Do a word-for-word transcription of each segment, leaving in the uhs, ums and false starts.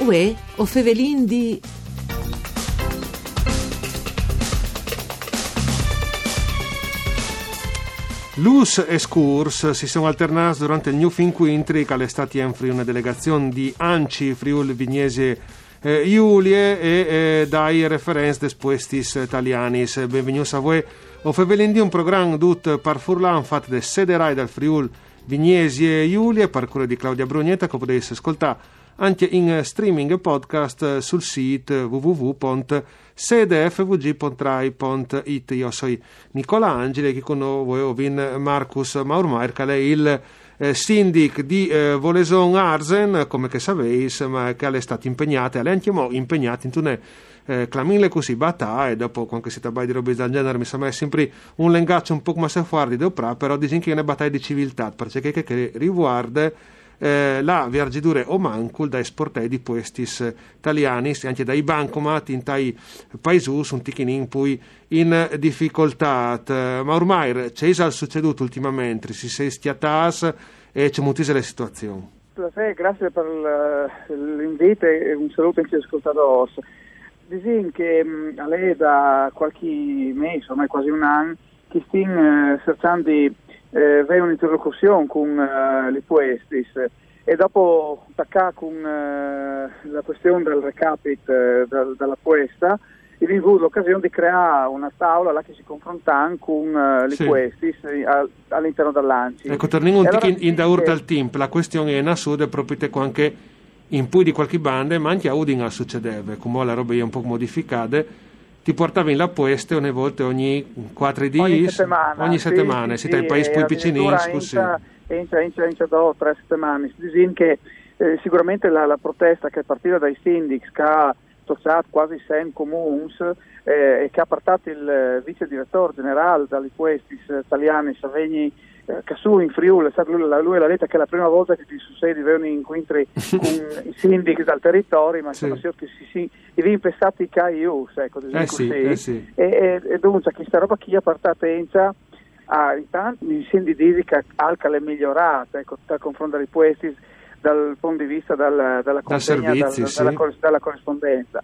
Uè, o fevelin di... Lus e Scurs si sono alternati durante il New Finquintri, che è stata in una delegazione di Anci, Friuli Vignesi eh, Iulie e eh, dai referenze des puestis italianis. Benvenuti a voi. O fevelin un programma tutto par Furlan fatto da Sederai dal Friuli Vignesi e Iulie, per cura di Claudia Brugnetta, che potete ascoltare anche in streaming e podcast sul sito w w w punto sedefvg punto rai punto it. Io sono Nicola Angeli, che con voi ho vin Marcus Maurmaier, che è il eh, sindic di eh, Voleson Arsen, come che sapete, ma che è stato impegnato, e anche mo impegnato in tune eh, clamile così battà, e dopo quando si tratta di robe del genere mi sembra sempre un lengaggio un po' come se fuori di Opra, però dicono che è una battaglia di civiltà, perché che, che riguarda Eh, la viaggiatura o mancul da esportare di puestis italiani, anche dai bancomat in tai paisus un ticchinin poi in difficoltà. Ma ormai c'è già succeduto ultimamente, si sei stiatas e c'è mutise la situazione. Grazie per l'invito e un saluto anche agli ascoltatori. Disin che a lei da qualche mese, ormai quasi un anno, che stiamo cercando di Eh, avere un'interlocuzione con uh, i puestis e dopo attaccare con uh, la questione del recapit uh, dal, dalla puesta, ho avuto l'occasione di creare una tavola là che si confrontano con uh, i sì. puestis uh, all'interno dell'Anci. Ecco, torniamo un allora, in, in da urta al team, la questione è in assude proprio anche in poi di qualche banda, ma anche a Udine succedeva, come la roba è un po' modificata. Ti portavi in la puesta una volta ogni quattro giorni, ogni settimana, ogni sì, settimana, sì, si dai sì, paesi più piccini, scusi. Entra, entra, entra due o tre settimane. Dicono che eh, sicuramente la, la protesta che è partita dai sindici, che ha toccato quasi cento comuni eh, e che ha portato il vice direttore generale dagli puestis italiani, Savegni, eh, che su in Friuli, lui, lui l'ha detto che è la prima volta che ti succede di avere un incontri con i sindici dal territorio, ma sì. Sono che si, si i impestati che io, ecco, eh sì, eh sì. e, e, e dunque questa roba qui ha portato a intanto mi sembra di dire che Alca è migliorata, ecco, dal confronto dei puestis dal punto di vista dal, dalla consegna, da servizi, dal, sì. dalla, dalla corrispondenza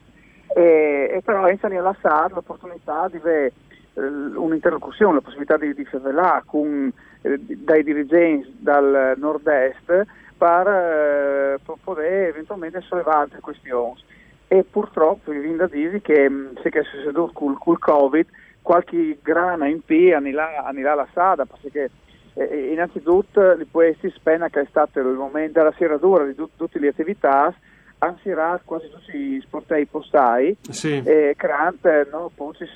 e, e però Enza ha lasciato l'opportunità di avere eh, un'interlocuzione, la possibilità di, di favelare con eh, dai dirigenti dal nord-est per eh, poter eventualmente sollevare altre questioni. E purtroppo vi viene da dire che se che è succeduto col, col Covid qualche grana in più anila la sada, perché eh, innanzitutto i puesti spena che è stato il momento della serratura di tut, tutte le attività anzi era quasi tutti i sportelli postali sì. e creando no,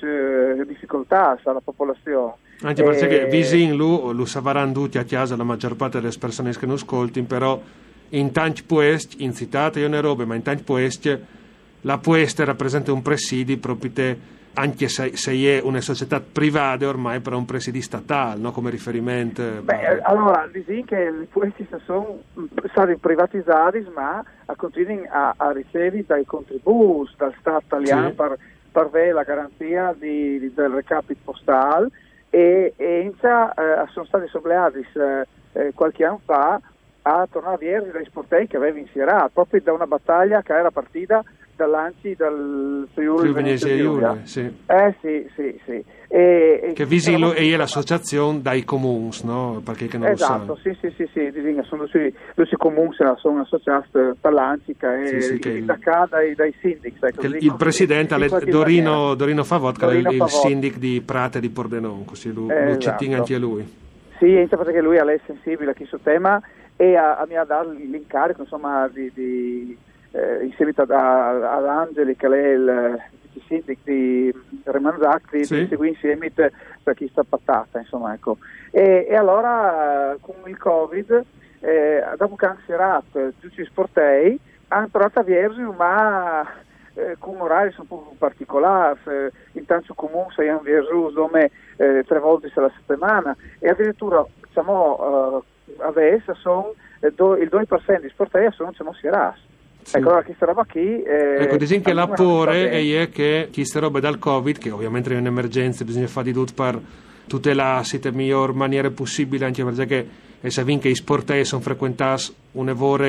eh, difficoltà alla popolazione. Anche perché eh, visin lu, lo sapranno tutti a casa la maggior parte delle persone che non ascoltano, però in tanti puesti, in citate io ne robe, ma in tanti puesti la puesta rappresenta un presidio proprio te, anche se, se è una società privata ormai, però un presidio statale, no? Come riferimento. Beh, allora, dicono che i puesti sono stati privatizzati, ma continuano a, a ricevere dai contributi dal Stato italiano sì. per, per avere la garanzia di, di, del recapit postale e, e inizia, eh, sono stati sollevati eh, qualche anno fa a tornare a Viergi dai sportelli che aveva insierato, proprio da una battaglia che era partita dall'Anci, dal Friuli Venezia Giulia. Sì. Eh sì, sì, sì. E, e che Visilo è l'associazione dai comuni, no? Perché che non esatto, lo sì, sì, sì, sì, sì. Sono due comuni sono associati per l'Anci che sì, sì, è da dai, dai sindici. Ecco, il, il presidente è Dorino, Dorino Favot, che è il, il sindic di Prate di Pordenone, così lui, eh, lui esatto. Ci anche lui. Sì, perché lui è sensibile a questo tema e a, a mi ha dato l'incarico, insomma, di... di Eh, insieme ad, ad Angeli che è il vice sindic di Remanzac di sì. seguire insieme per chi sta patata insomma ecco e, e allora con il Covid eh, dopo che hanno serato tutti gli sportei hanno tornato a Viergi ma eh, con orari un po' particolari eh, intanto comune sei a Viergi dove eh, tre volte alla settimana e addirittura diciamo eh, adesso sono eh, do, il due per cento di sportei sono diciamo serati. Sì. Ecco, allora questa roba qui eh, ecco, dicono che l'appore è che queste robe dal Covid, che ovviamente è un'emergenza, bisogna fare di tutto per tutelarsi in miglior maniera possibile, anche perché e se vinca i sportelli sono frequentati un'evore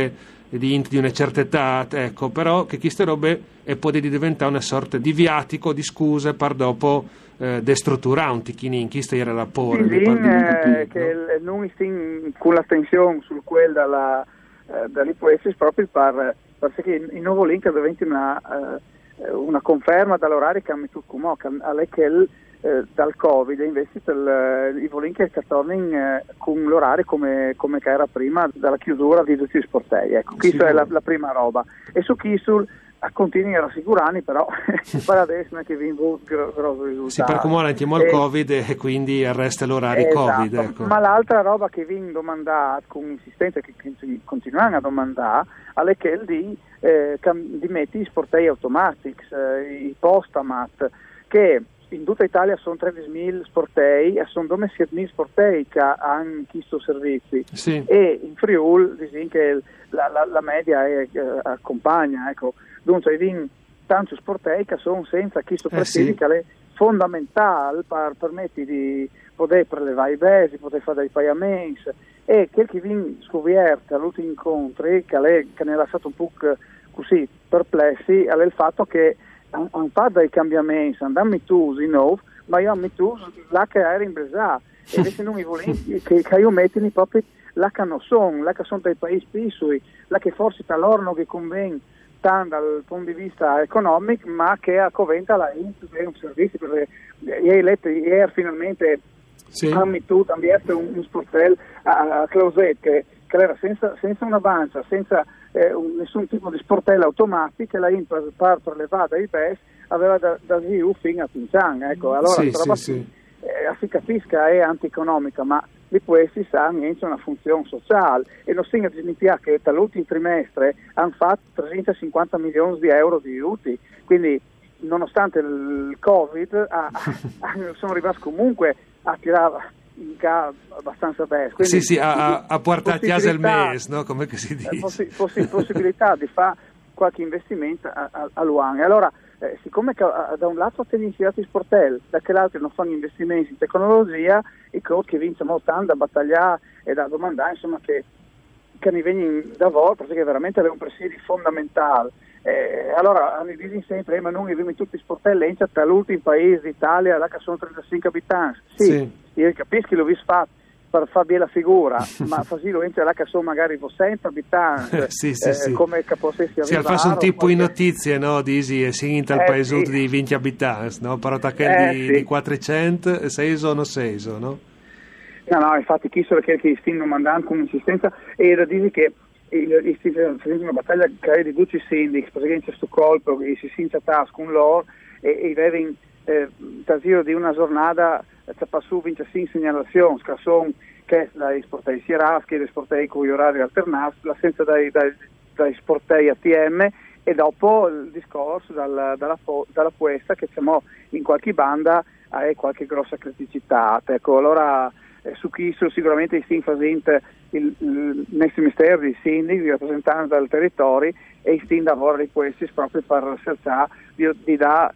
di int di una certa età, ecco, però che queste robe e può diventare una sorta di viatico, di scuse per dopo eh, destrutturare un ticchino in chi era la porra. Sì, eh, che no? Non stiamo con l'attenzione sul quel dalla, eh, dall'ipotesi proprio per, perché il nuovo link diventa una, eh, una conferma dall'orario che ha messo come che eh, dal Covid invece il, il volink che tornano eh, con l'orario come, come che era prima dalla chiusura di tutti gli sportelli. Ecco, questa sì, è la, la prima roba. E su chi sul continui a rassicurarmi, però per adesso non è che vi invo grosso risultato. Sì, per come andiamo al Covid e quindi arresta l'orario esatto. Covid. Ecco. Ma l'altra roba che vi domandate con insistenza, che continuano a domandare, è che di, eh, di mettere i sportelli automatici, eh, i postamat, che in tutta Italia sono tredicimila sportelli e sono dodici sportelli che hanno chiesto servizi. Sì. E in Friuli dicono che la, la, la media è, eh, accompagna, ecco. Dunque, in tanti sportelli che sono senza chiesto eh, sì. che è fondamentale per permettere di poter prelevare i besi, poter fare dei pagamenti. E quel che viene scoperto all'ultimo incontro, che, che ne ha lasciato un po' così perplessi, è il fatto che hanno fatto dei cambiamenti, hanno messo in nuovo, ma io ho messo là che era in Brescia, e invece non mi volevo che, che io metti proprio là che non sono, là che sono dei paesi piccoli, là che forse per loro non conviene tanto dal punto di vista economico, ma che a Coventa la Int è un servizio, perché ieri letto, ieri finalmente sì. hanno messo un, un sportello a, a Clauset che, che era senza, senza una bancia, senza eh, un, nessun tipo di sportello automatico, e la Int per, per prelevare dai B E S aveva da, da Ziu fino a Pinciang, ecco, allora sì, sì, sì. Eh, si capisca è anti-economica, ma di questi sanno che c'è una funzione sociale, e non si dimentica che dall'ultimo trimestre hanno fatto trecentocinquanta milioni di euro di aiuti, quindi nonostante il Covid ah, sono arrivati comunque a tirare in casa abbastanza bene. Sì, sì, a, a portare a casa il mese, no? Come si dice? Possi- possi- possibilità di fare qualche investimento a, a, a Luan. E allora, eh, siccome che, a, da un lato hanno iniziato i sportelli, da che l'altro non fanno investimenti in tecnologia, i coach che vincono tanto da battagliare e da domandare, insomma, che, che ne vengono da voi, perché veramente è un presidio fondamentale. Eh, allora, mi dicono sempre, eh, ma non abbiamo tutti i sportelli, è l'ultimo paese d'Italia, là che sono trentacinque abitanti. Sì, sì. Io capisco che l'ho visto fatto per fare bene la figura, ma fasilo entra là che sono magari cento abitanti, sì, sì, eh, sì. come che potessi arrivare. Si fa un tipo di notizie, no? Disi e si intra il eh, paese sì. di venti abitanti, no? Però che eh, di, sì. di quattrocento, sei sono sei, no? No, no, infatti chi sono che stanno mandando con insistenza, e da dire che facendo una battaglia che è di tutti i sindaci, perché in questo colpo e si sinta tas con loro e avevano eh, tasiro di una giornata ci passò venticinque segnalazioni che sono che dai sportelli sieraschi, dai sportelli con gli orari alternati, l'assenza dai, dai, dai sportelli A T M, e dopo il discorso dal, dalla, dalla puesta che siamo in qualche banda hai qualche grossa criticità. Ecco, allora eh, su chi sicuramente i sim facendo il, il next ministero di sindaci, di rappresentanti del territorio, e i sim lavoro di questi proprio per cercare di, di dare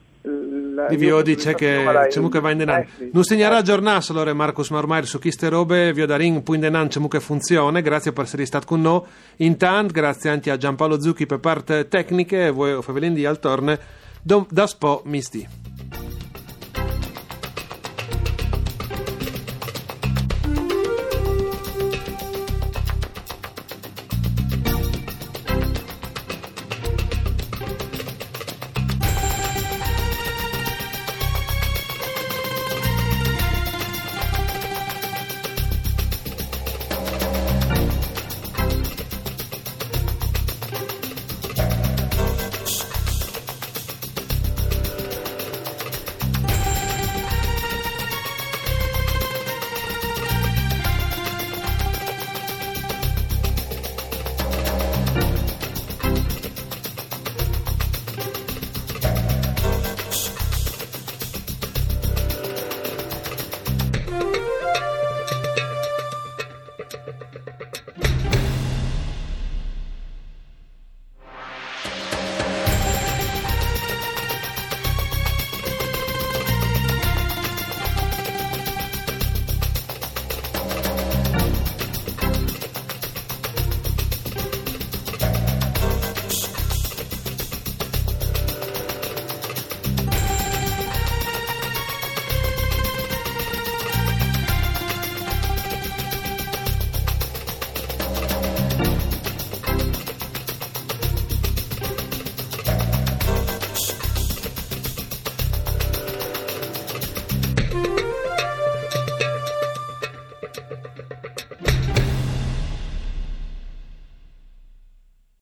e vi dice che c'è che va in denan. Eh, sì. Non segnerà eh. giornata allora Marcus Marmai su queste robe, vi darin poi in denan c'è che funziona. Grazie per essere stato con noi. Intanto grazie anche a Giampaolo Zucchi per parte tecniche e voi Fevelin di Altorne da Spo Misti.